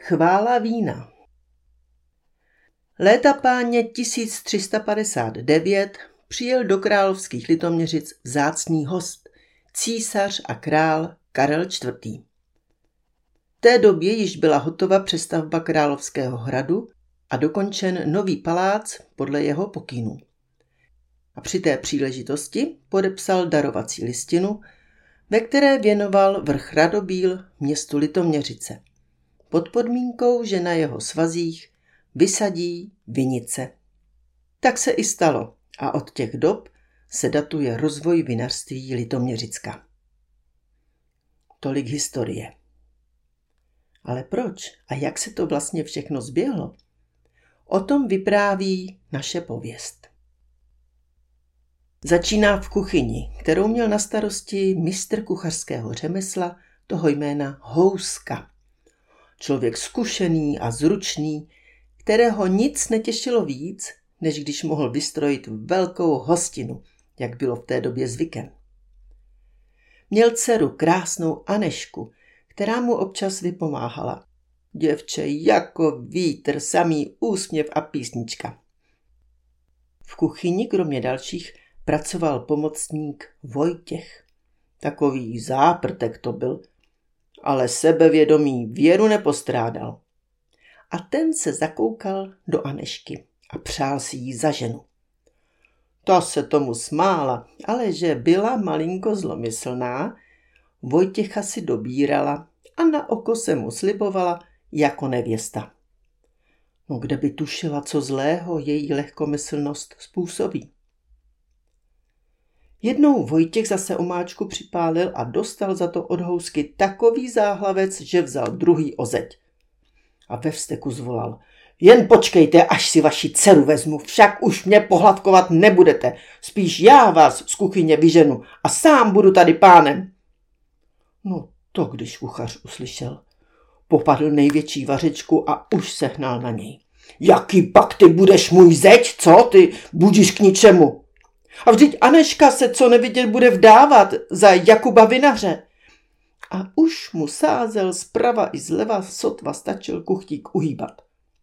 Chvála vína. Léta páně 1359 přijel do královských Litoměřic vzácný host, císař a král Karel IV. V té době již byla hotova přestavba královského hradu a dokončen nový palác podle jeho pokynů. A při té příležitosti podepsal darovací listinu, ve které věnoval vrch Radobíl městu Litoměřice, pod podmínkou, že na jeho svazích vysadí vinice. Tak se i stalo a od těch dob se datuje rozvoj vinařství Litoměřicka. Tolik historie. Ale proč a jak se to vlastně všechno zběhlo? O tom vypráví naše pověst. Začíná v kuchyni, kterou měl na starosti mistr kuchařského řemesla toho jména Houska. Člověk zkušený a zručný, kterého nic netěšilo víc, než když mohl vystrojit velkou hostinu, jak bylo v té době zvykem. Měl dceru krásnou Anežku, která mu občas vypomáhala. Děvče jako vítr, samý úsměv a písnička. V kuchyni kromě dalších pracoval pomocník Vojtěch. Takový záprtek to byl, ale sebevědomí věru nepostrádal. A ten se zakoukal do Anežky a přál si jí za ženu. Ta se tomu smála, ale že byla malinko zlomyslná, Vojtěcha si dobírala a na oko se mu slibovala jako nevěsta. No kde by tušila, co zlého její lehkomyslnost způsobí. Jednou Vojtěch zase omáčku připálil a dostal za to od Housky takový záhlavec, že vzal druhý o zeď. A ve vzteku zvolal: Jen počkejte, až si vaši dceru vezmu, však už mě pohladkovat nebudete, spíš já vás z kuchyně vyženu a sám budu tady pánem. No to když kuchař uslyšel, popadl největší vařečku a už se hnal na něj. Jaký pak ty budeš můj zeď, co ty budíš k ničemu? A vždyť Anežka se co nevidět bude vdávat za Jakuba vinaře. A už mu sázel zprava i zleva, sotva stačil kuchtík uhýbat.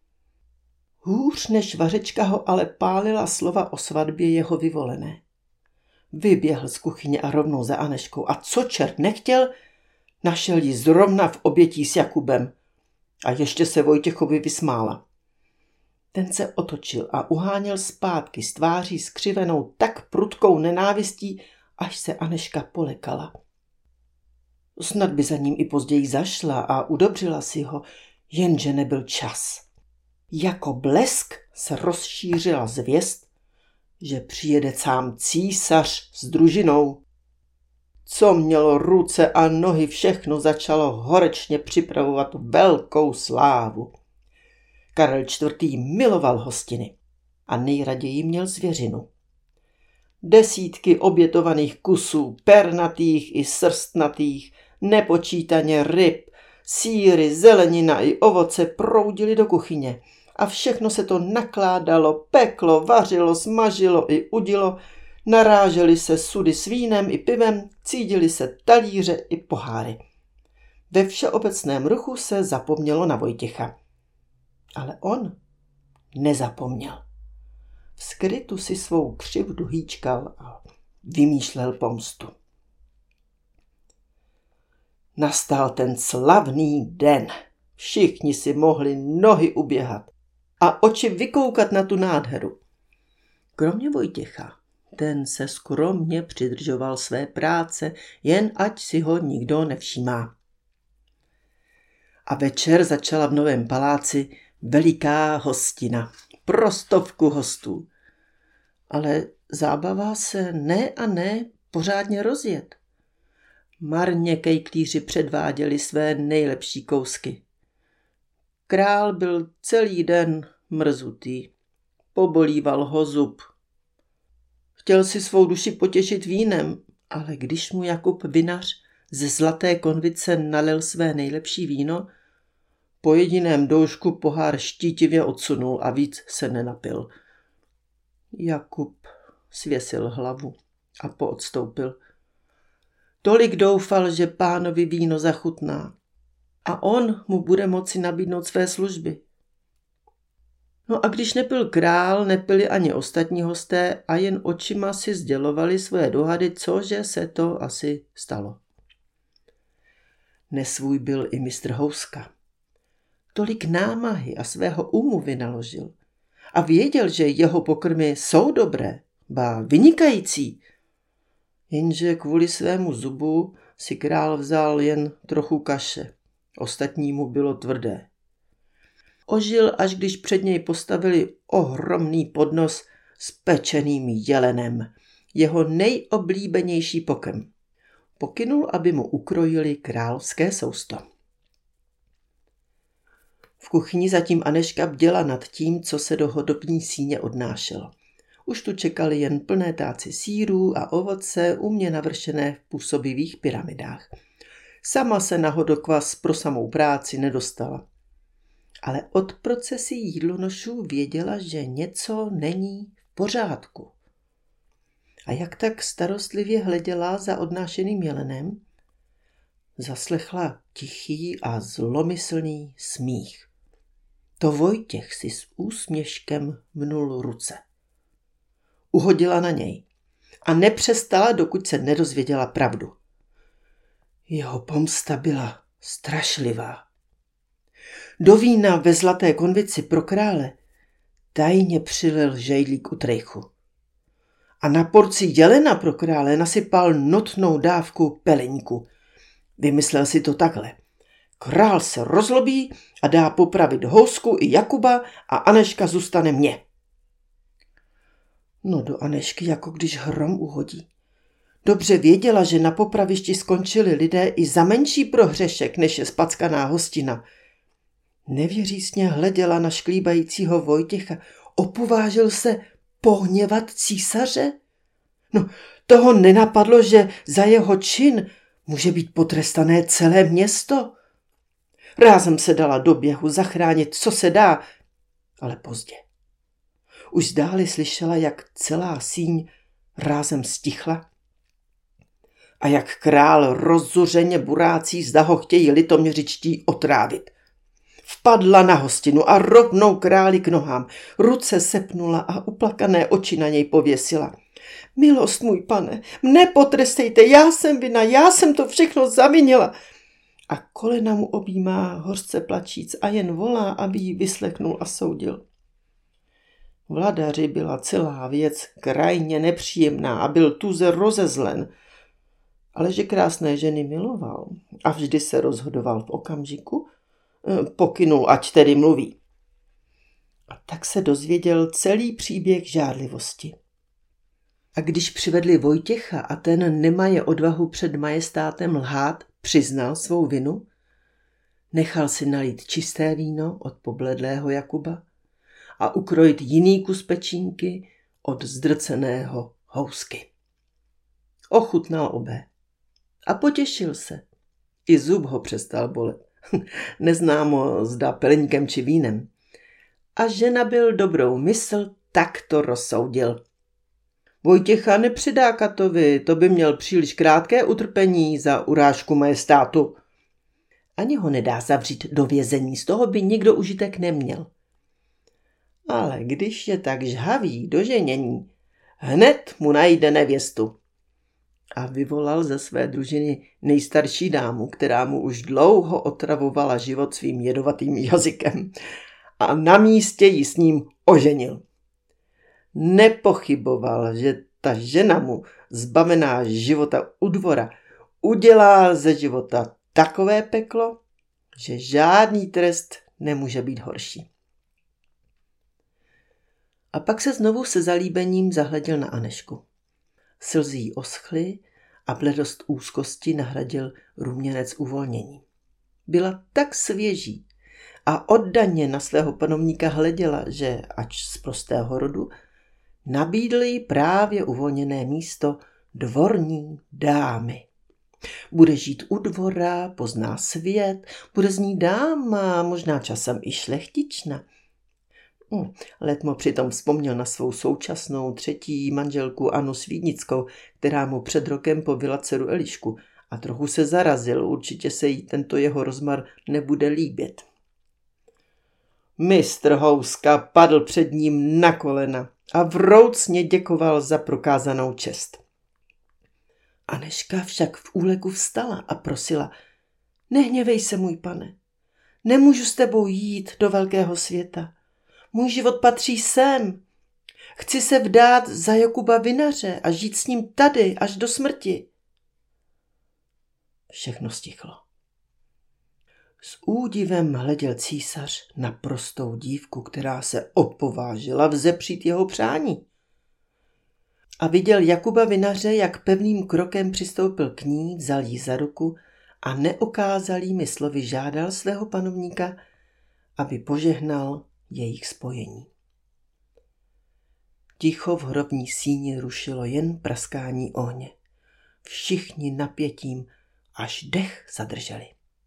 Hůř než vařečka ho ale pálila slova o svatbě jeho vyvolené. Vyběhl z kuchyně a rovnou za Anežkou a co čert nechtěl, našel ji zrovna v obětí s Jakubem. A ještě se Vojtěchovi vysmála. Ten se otočil a uháněl zpátky s tváří skřivenou tak prudkou nenávistí, až se Anežka polekala. Snad by za ním i později zašla a udobřila si ho, jenže nebyl čas. Jako blesk se rozšířila zvěst, že přijede sám císař s družinou. Co mělo ruce a nohy, všechno začalo horečně připravovat velkou slávu. Karel IV. Miloval hostiny a nejraději měl zvěřinu. Desítky obětovaných kusů, pernatých i srstnatých, nepočítaně ryb, sýry, zelenina i ovoce proudily do kuchyně a všechno se to nakládalo, peklo, vařilo, smažilo i udilo, narážely se sudy s vínem i pivem, cídily se talíře i poháry. Ve všeobecném ruchu se zapomnělo na Vojtěcha. Ale on nezapomněl. V skrytu si svou křivdu hýčkal a vymýšlel pomstu. Nastal ten slavný den. Všichni si mohli nohy uběhat a oči vykoukat na tu nádheru. Kromě Vojtěcha, ten se skromně přidržoval své práce, jen ať si ho nikdo nevšímá. A večer začala v Novém paláci veliká hostina, pro 100 hostů. Ale zábava se ne pořádně rozjet. Marně kejklíři předváděli své nejlepší kousky. Král byl celý den mrzutý, pobolíval ho zub. Chtěl si svou duši potěšit vínem, ale když mu Jakub vinař ze zlaté konvice nalil své nejlepší víno, po jediném doušku pohár štítivě odsunul a víc se nenapil. Jakub svěsil hlavu a poodstoupil. Tolik doufal, že pánovi víno zachutná. a on mu bude moci nabídnout své služby. No a když nepil král, nepili ani ostatní hosté a jen očima si sdělovali svoje dohady, cože se to asi stalo. Nesvůj byl i mistr Houska. Tolik námahy a svého umu vynaložil a věděl, že jeho pokrmy jsou dobré, ba vynikající. Jenže kvůli svému zubu si král vzal jen trochu kaše, ostatní mu bylo tvrdé. Ožil, až když před něj postavili ohromný podnos s pečeným jelenem, jeho nejoblíbenější pokrm. Pokynul, aby mu ukrojili královské sousto. V kuchyni zatím Anežka bděla nad tím, co se do hodobní síně odnášelo. Už tu čekali jen plné táci sýrů a ovoce umně navršené v působivých pyramidách. Sama se na hodokvas pro samou práci nedostala. Ale od procesí jídlonošů věděla, že něco není v pořádku. A jak tak starostlivě hleděla za odnášeným jelenem, zaslechla tichý a zlomyslný smích. To Vojtěch si s úsměškem mnul ruce. Uhodila na něj a nepřestala, dokud se nedozvěděla pravdu. Jeho pomsta byla strašlivá. Do vína ve zlaté konvici pro krále tajně přilil žejdlík utrejchu. A na porci jelena pro krále nasypal notnou dávku peleňku. Vymyslel si to takhle. Král se rozlobí a dá popravit Housku i Jakuba a Anežka zůstane mně. No do Anežky jako když hrom uhodí. Dobře věděla, že na popravišti skončili lidé i za menší prohřešek, než je spackaná hostina. Nevěřícně hleděla na šklíbajícího Vojtěcha. Opovážil se pohněvat císaře? No, toho nenapadlo, že za jeho čin může být potrestané celé město. Rázem se dala do běhu zachránit, co se dá, ale pozdě. Už zdáli slyšela, jak celá síň rázem stichla a jak král rozzuřeně burácí, zda ho chtějí litoměřičtí otrávit. Vpadla na hostinu a rovnou králi k nohám. Ruce sepnula a uplakané oči na něj pověsila. Milost můj pane, mne potrestejte, já jsem vina, já jsem to všechno zavinila. A kolena mu objímá hořce plačíc a jen volá, aby ji vyslechnul a soudil. Vladaři byla celá věc krajně nepříjemná a byl tuze rozezlen, ale že krásné ženy miloval a vždy se rozhodoval v okamžiku, pokynul, ať tedy mluví. A tak se dozvěděl celý příběh žádlivosti. A když přivedli Vojtěcha a ten nemaje odvahu před majestátem lhát, přiznal svou vinu, nechal si nalít čisté víno od pobledlého Jakuba a ukrojit jiný kus pečínky od zdrceného Housky. Ochutnal obé a potěšil se. I zub ho přestal bolet. Neznámo, zda peleňkem či vínem. A že nabyl dobrou mysl, tak to rozsoudil. Vojtěcha nepřidá katovi, to by měl příliš krátké utrpení za urážku majestátu. Ani ho nedá zavřít do vězení, z toho by nikdo užitek neměl. Ale když je tak žhavý do ženění, hned mu najde nevěstu. A vyvolal ze své družiny nejstarší dámu, která mu už dlouho otravovala život svým jedovatým jazykem, a na místě ji s ním oženil. Nepochyboval, že ta žena mu, zbavená života u dvora, udělá ze života takové peklo, že žádný trest nemůže být horší. A pak se znovu se zalíbením zahleděl na Anežku. Slzy jí oschly a bledost úzkosti nahradil ruměnec uvolnění. Byla tak svěží a oddaně na svého panovníka hleděla, že ač z prostého rodu, nabídl jí právě uvolněné místo dvorní dámy. Bude žít u dvora, pozná svět, bude z ní dáma, možná časem i šlechtična. Letmo přitom vzpomněl na svou současnou třetí manželku Annu Svídnickou, která mu před rokem pobyla dceru Elišku a trochu se zarazil, určitě se jí tento jeho rozmar nebude líbit. Mistr Houska padl před ním na kolena a vroucně děkoval za prokázanou čest. Anežka však v úleku vstala a prosila: Nehněvej se, můj pane, nemůžu s tebou jít do velkého světa. Můj život patří sem. Chci se vdát za Jakuba vinaře a žít s ním tady až do smrti. Všechno stichlo. S údivem hleděl císař na prostou dívku, která se opovážila vzepřít jeho přání. A viděl Jakuba vinaře, jak pevným krokem přistoupil k ní, vzal jí za ruku a neokázalými slovy žádal svého panovníka, aby požehnal jejich spojení. Ticho v hrobní síni rušilo jen praskání ohně. Všichni napětím až dech zadrželi.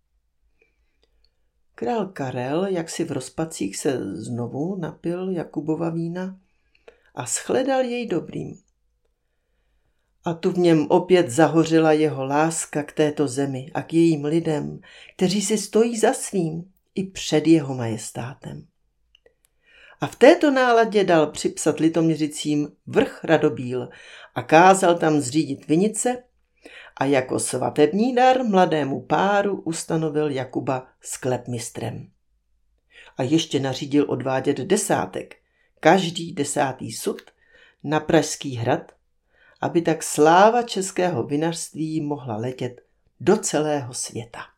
Král Karel jaksi v rozpacích se znovu napil Jakubova vína a shledal jej dobrým. A tu v něm opět zahořela jeho láska k této zemi a k jejím lidem, kteří si stojí za svým i před jeho majestátem. A v této náladě dal připsat Litoměřicím vrch Radobíl a kázal tam zřídit vinice a jako svatební dar mladému páru ustanovil Jakuba sklepmistrem. A ještě nařídil odvádět desátek, každý 10. sud na Pražský hrad, aby tak sláva českého vinařství mohla letět do celého světa.